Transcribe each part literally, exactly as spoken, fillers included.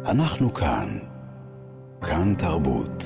אנחנו כאן. כאן תרבות.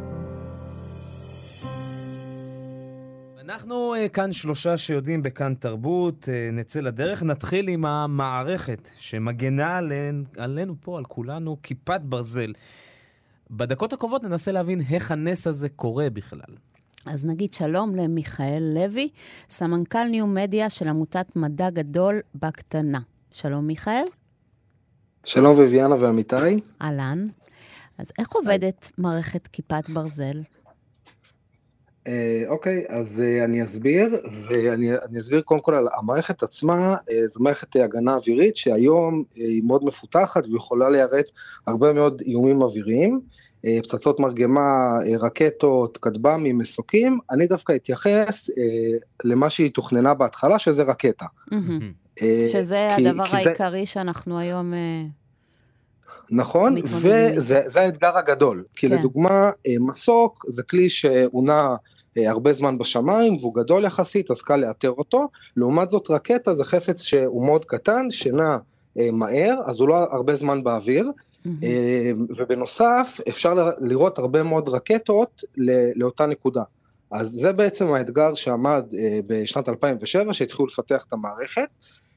אנחנו כאן שלושה שיודעים בכאן תרבות, נצא לדרך, נתחיל עם המערכת שמגנה עלינו, עלינו פה, על כולנו, כיפת ברזל. בדקות הקרובות ננסה להבין איך הנס הזה קורה בכלל. אז נגיד שלום למיכאל לוי, סמנכ"ל ניו מדיה של עמותת מדע גדול בקטנה. שלום מיכאל. שלום וויאנה ועמיתי. אהלן. אז איך עובדת מערכת כיפת ברזל? אוקיי, אז אני אסביר, ואני אסביר קודם כל על המערכת עצמה. זו מערכת הגנה אווירית שהיום היא מאוד מפותחת ויכולה ליירט הרבה מאוד איומים אוויריים, פצצות מרגמה, רקטות, כטב"מים, מסוקים. אני דווקא אתייחס למה שהיא תוכננה בהתחלה, שזה רקטה. שזה הדבר העיקרי שאנחנו היום... נכון, וזה האתגר הגדול, כי לדוגמה מסוק זה כלי שהוא נע הרבה זמן בשמיים והוא גדול יחסית, אז קל לאתר אותו. לעומת זאת רקטה זה חפץ שהוא מאוד קטן, שנע מהר, אז הוא לא הרבה זמן באוויר, ובנוסף אפשר לראות הרבה מאוד רקטות לאותה נקודה. אז זה בעצם האתגר שעמד בשנת אלפיים ושבע שהתחילו לפתח את המערכת.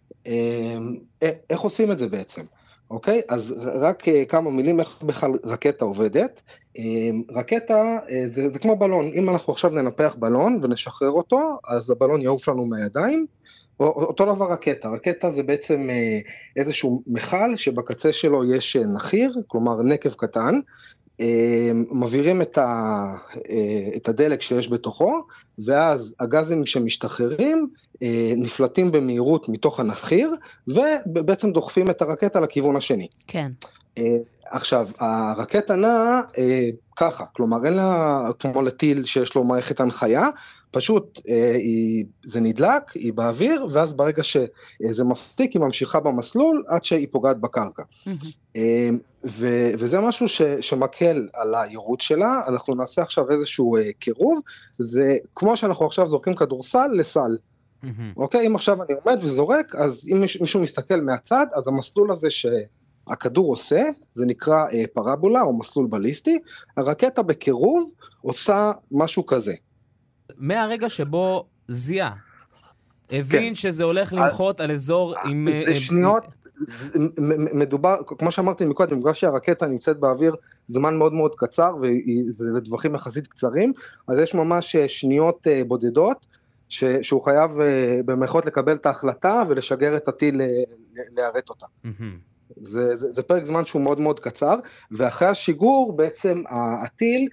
איך עושים את זה בעצם? אוקיי, אז רק כמה מילים איך בכלל רקטה עובדת. רקטה זה, זה כמו בלון, אם אנחנו עכשיו ננפח בלון ונשחרר אותו, אז הבלון יעוף לנו מהידיים. אותו דבר רקטה, רקטה זה בעצם איזשהו מחל שבקצה שלו יש נחיר, כלומר נקב קטן, מבהירים את, ה, את הדלק שיש בתוכו, ואז הגזים שמשתחררים נפלטים במהירות מתוך הנחיר, ובעצם דוחפים את הרקטה לכיוון השני. כן. עכשיו, הרקטה נעה ככה, כלומר אין לה כמו לטיל שיש לו מערכת הנחיה, פשוט היא, זה נדלק, היא באוויר, ואז ברגע שזה מפסיק, היא ממשיכה במסלול, עד שהיא פוגעת בקרקע. Mm-hmm. ו, וזה משהו ש, שמקל על היירוט שלה. אנחנו נעשה עכשיו איזשהו קירוב, זה כמו שאנחנו עכשיו זורקים כדורסל לסל. Mm-hmm. אוקיי, אם עכשיו אני עומד וזורק, אז אם מישהו מסתכל מהצד, אז המסלול הזה שהכדור עושה, זה נקרא פרבולה או מסלול בליסטי, הרקטה בקירוב עושה משהו כזה. מהרגע שבו זיהה, הבין שזה הולך למחות על אזור עם... זה שניות, מדובר, כמו שאמרתי מקודם, בגלל שהרקטה נמצאת באוויר זמן מאוד מאוד קצר, וזה דווחים יחסית קצרים, אז יש ממש שניות בודדות, שהוא חייב במחאות לקבל את ההחלטה, ולשגר את הטיל להרט אותה. זה, זה, זה פרק זמן שהוא מאוד מאוד קצר, ואחרי השיגור בעצם הטיל,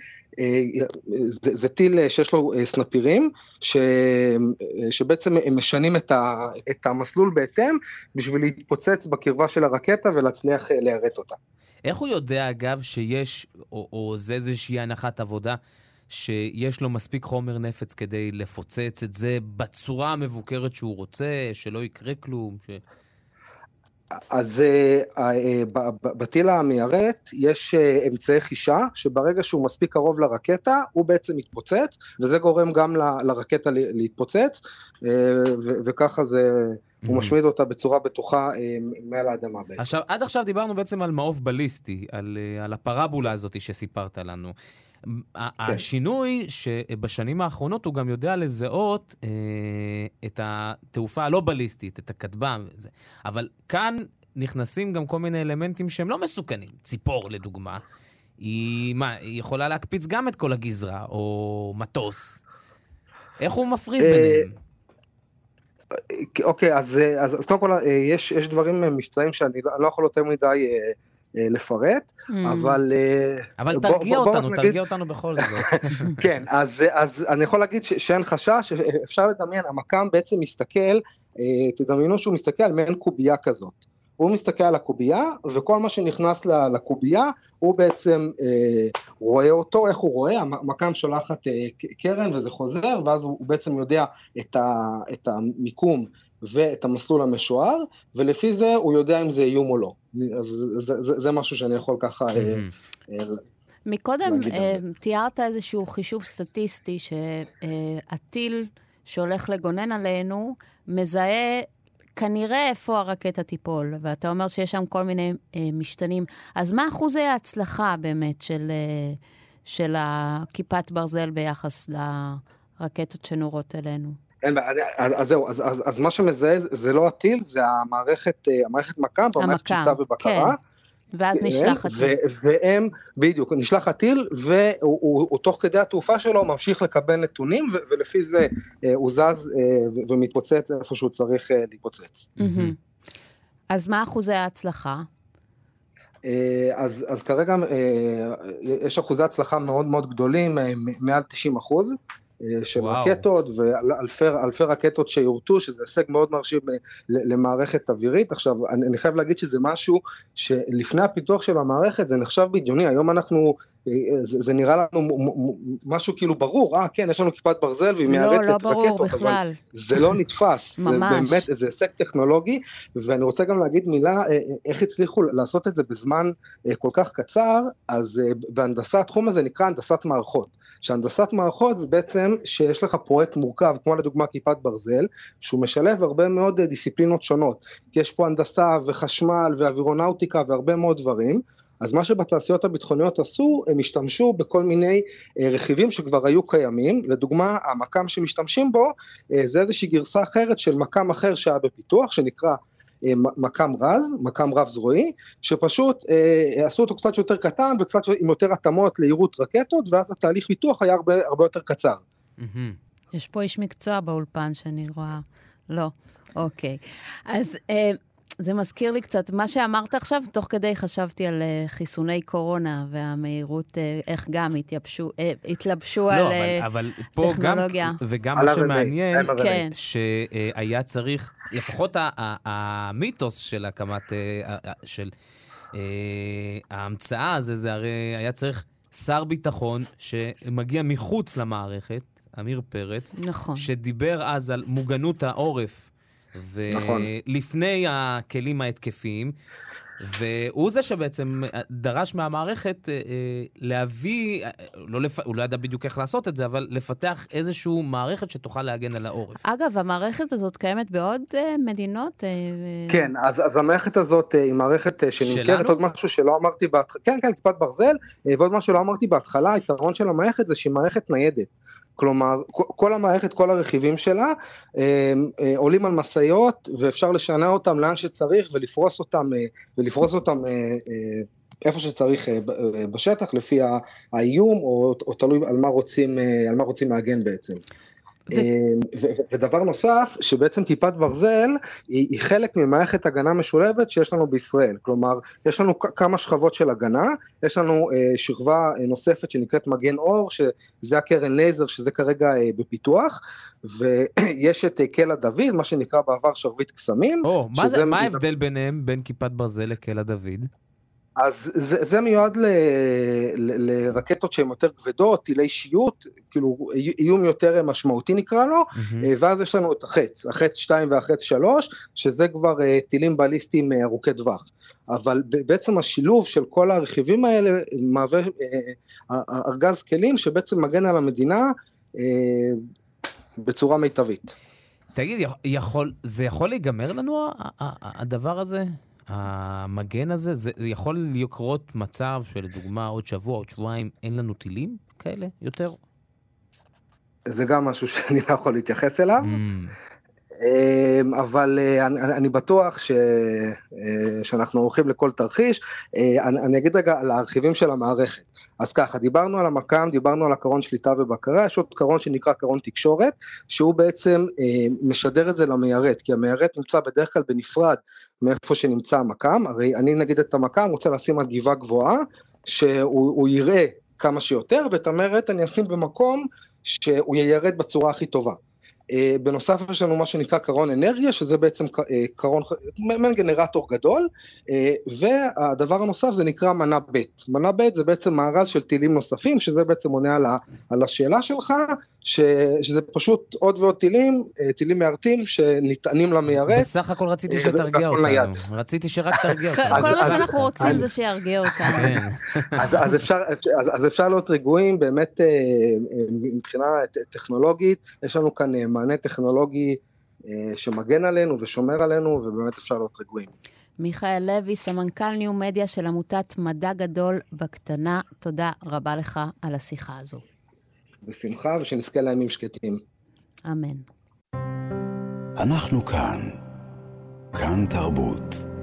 זה, זה טיל שיש לו סנפירים, ש, שבעצם הם משנים את, ה, את המסלול בהתאם, בשביל להתפוצץ בקרבה של הרקטה ולהצליח להרט אותה. איך הוא יודע אגב שיש, או, או זה איזושהי הנחת עבודה, שיש לו מספיק חומר נפץ כדי לפוצץ את זה בצורה המבוקרת שהוא רוצה, שלא יקרה כלום? ש... אז בטיל המיירט יש אמצעי חישה, שברגע שהוא מספיק קרוב לרקטה, הוא בעצם מתפוצץ, וזה גורם גם לרקטה להתפוצץ, וככה זה, הוא משמיד אותה בצורה בטוחה מעל האדמה. עכשיו, עד עכשיו דיברנו בעצם על מעוף בליסטי, על, על הפרבולה הזאת שסיפרת לנו. השינוי שבשנים האחרונות הוא גם יודע לזהות אה, את התעופה הלא בליסטית, את הכטב"ם, אבל כאן נכנסים גם כל מיני אלמנטים שהם לא מסוכנים. ציפור לדוגמה, היא, מה, היא יכולה להקפיץ גם את כל הגזרה, או מטוס. איך הוא מפריד ביניהם? אוקיי, אז, אז, אז קודם כל יש, יש דברים מבצעיים שאני לא, לא יכול יותר מדי... לפרט, אבל... אבל תרגיע אותנו, תרגיע אותנו בכל זאת. כן, אז אני יכול להגיד שאין חשש, אפשר לדמיין, המקם בעצם מסתכל, תדמיינו שהוא מסתכל על מעין קובייה כזאת. הוא מסתכל על הקובייה, וכל מה שנכנס לקובייה, הוא בעצם רואה אותו, איך הוא רואה, המקם שולחת קרן וזה חוזר, ואז הוא בעצם יודע את המיקום, ואת המסלול המשוער, ולפי זה הוא יודע אם זה איום או לא. אז זה, זה, זה משהו שאני יכול ככה... מקודם תיארת איזשהו חישוב סטטיסטי, שהטיל שהולך לגונן עלינו, מזהה כנראה איפה הרקטה תיפול, ואתה אומר שיש שם כל מיני אה, משתנים. אז מה אחוזי ההצלחה באמת של, אה, של הכיפת ברזל ביחס לרקטות שנורות אלינו? אין, אז זהו, אז, אז, אז מה שמזהה זה לא הטיל, זה המערכת, המערכת מקם, המערכת שליטה ובקרה. כן. ואז נשלח הטיל. והם, בדיוק, נשלח הטיל, והוא תוך כדי התעופה שלו ממשיך לקבל נתונים, ולפי זה הוא זז ומתפוצץ איפה שהוא צריך להתפוצץ. אז מה אחוזי ההצלחה? אז, אז כרגע יש אחוזי הצלחה מאוד מאוד גדולים, מעל תשעים אחוז. של וואו. רקטות, ואלפי אלפי רקטות שיורטו, שזה הישג מאוד מרשים למערכת אווירית. עכשיו, אני, אני חייב להגיד שזה משהו שלפני הפיתוח של המערכת, זה נחשב בדיוני, היום אנחנו, זה, זה נראה לנו משהו כאילו ברור, אה, כן, יש לנו כיפת ברזל, והיא מיירטת רקטות, לא, לא ברור בכלל. זה לא נתפס, ממש. זה באמת, זה הישג טכנולוגי, ואני רוצה גם להגיד מילה, איך הצליחו לעשות את זה בזמן כל כך קצר, אז בהנדסה, התחום הזה נקרא הנדסת מערכות. שהנדסת מערכות זה בעצם שיש לך פרויקט מורכב, כמו לדוגמה כיפת ברזל, שהוא משלב הרבה מאוד דיסציפלינות שונות, כי יש פה הנדסה וחשמל ואווירונאוטיקה והרבה מאוד דברים, אז מה שבתעשיות הביטחוניות עשו, הם השתמשו בכל מיני רכיבים שכבר היו קיימים, לדוגמה המקם שמשתמשים בו, זה איזושהי גרסה אחרת של מקם אחר שהיה בפיתוח, שנקרא מקם רז, מקם רב זרועי, שפשוט אה, עשו אותו קצת יותר קטן, וקצת עם יותר התאמות לעירות רקטות, ואז התהליך פיתוח היה הרבה, הרבה יותר קצר. יש פה איש מקצוע באולפן שאני רואה, לא, אוקיי. אז אה, זה מזכיר לי קצת, מה שאמרת עכשיו, תוך כדי חשבתי על uh, חיסוני קורונה, והמהירות, uh, איך גם התייבשו, uh, התלבשו לא, על אבל, אבל פה טכנולוגיה. גם, וגם מה שמעניין, כן. שהיה צריך, לפחות המיתוס של הקמת, של ההמצאה הזה, זה הרי היה צריך שר ביטחון שמגיע מחוץ למערכת, אמיר פרץ, נכון. שדיבר אז על מוגנות העורף, ולפני הכלים ההתקפיים, והוא זה שבעצם דרש מהמערכת להביא, הוא לא ידע בדיוק איך לעשות את זה, אבל לפתח איזשהו מערכת שתוכל להגן על העורף. אגב, המערכת הזאת קיימת בעוד מדינות? כן, אז המערכת הזאת היא מערכת שנמכרת, עוד משהו שלא אמרתי בהתחלה, כן, כן, כיפת ברזל, ועוד משהו שלא אמרתי בהתחלה, היתרון של המערכת זה שהיא מערכת ניידת. כלומר, כל המערכת, כל הרכיבים שלה, עולים על מסעיות, ואפשר לשנע אותם לאן שצריך, ולפרוס אותם, ולפרוס אותם איפה שצריך בשטח, לפי האיום, או, או תלוי על מה רוצים, על מה רוצים להגן בעצם. ו... ודבר נוסף, שבעצם כיפת ברזל היא, היא חלק ממערכת הגנה משולבת שיש לנו בישראל, כלומר יש לנו כמה שכבות של הגנה, יש לנו אה, שכבה נוספת שנקראת מגן אור, שזה הקרן לייזר שזה כרגע אה, בפיתוח, ויש את אה, קלע דוד, מה שנקרא בעבר שרביט קסמים. או, מה, זה, מה ההבדל ביניהם, בין כיפת ברזל לקלע דוד? אז זה, זה מיועד ל, ל, לרקטות שהן יותר כבדות, טילי שיוט, כאילו איום יותר משמעותי נקרא לו, mm-hmm. ואז יש לנו את החץ, החץ שתיים והחץ שלוש, שזה כבר טילים בליסטיים ארוכי טווח. אבל בעצם השילוב של כל הרכיבים האלה מהווה ארגז כלים שבעצם מגן על המדינה בצורה מיטבית. תגיד, יכול, זה יכול להיגמר לנו הדבר הזה? המגן הזה, זה יכול לקרות מצב שלדוגמה עוד שבוע, עוד שבועיים, אין לנו טילים כאלה יותר? זה גם משהו שאני לא יכול להתייחס אליו, אבל אני, אני בטוח ש, שאנחנו הולכים לכל תרחיש. אני, אני אגיד רגע על הרכיבים של המערכת. אז ככה, דיברנו על המקם, דיברנו על הקרון שליטה ובקרה, יש עוד קרון שנקרא קרון תקשורת, שהוא בעצם אה, משדר את זה למיירט, כי המיירט נמצא בדרך כלל בנפרד מאיפה שנמצא המקם, הרי אני נגיד את המקם, רוצה לשים על גבעה גבוהה, שהוא יראה כמה שיותר, ואת המיירט אני אשים במקום שהוא יירד בצורה הכי טובה. Uh, בנוסף יש לנו מה שנקרא קרון אנרגיה, שזה בעצם uh, קרון, מעין גנרטור גדול, uh, והדבר הנוסף זה נקרא מנה ב'. מנה ב' זה בעצם מארז של טילים נוספים, שזה בעצם עונה על, ה, על השאלה שלך, ש, שזה פשוט עוד ועוד טילים, uh, טילים מיירטים שנטענים למיירט. בסך הכל רציתי שתרגיע אותנו, רציתי שרק תרגיע אותנו. כל מה שאנחנו רוצים זה שירגיע אותנו. אז אפשר להיות רגועים, באמת מבחינה טכנולוגית, יש לנו כאן מענה טכנולוגי שמגן עלינו ושומר עלינו, ובאמת אפשר להיות רגועים. מיכאל לוי, סמנכ"ל ניו מדיה של עמותת מדע גדול בקטנה, תודה רבה לך על השיחה הזו. בשמחה, ושנזכה לימים שקטים. אמן. אנחנו כאן. כאן תרבות.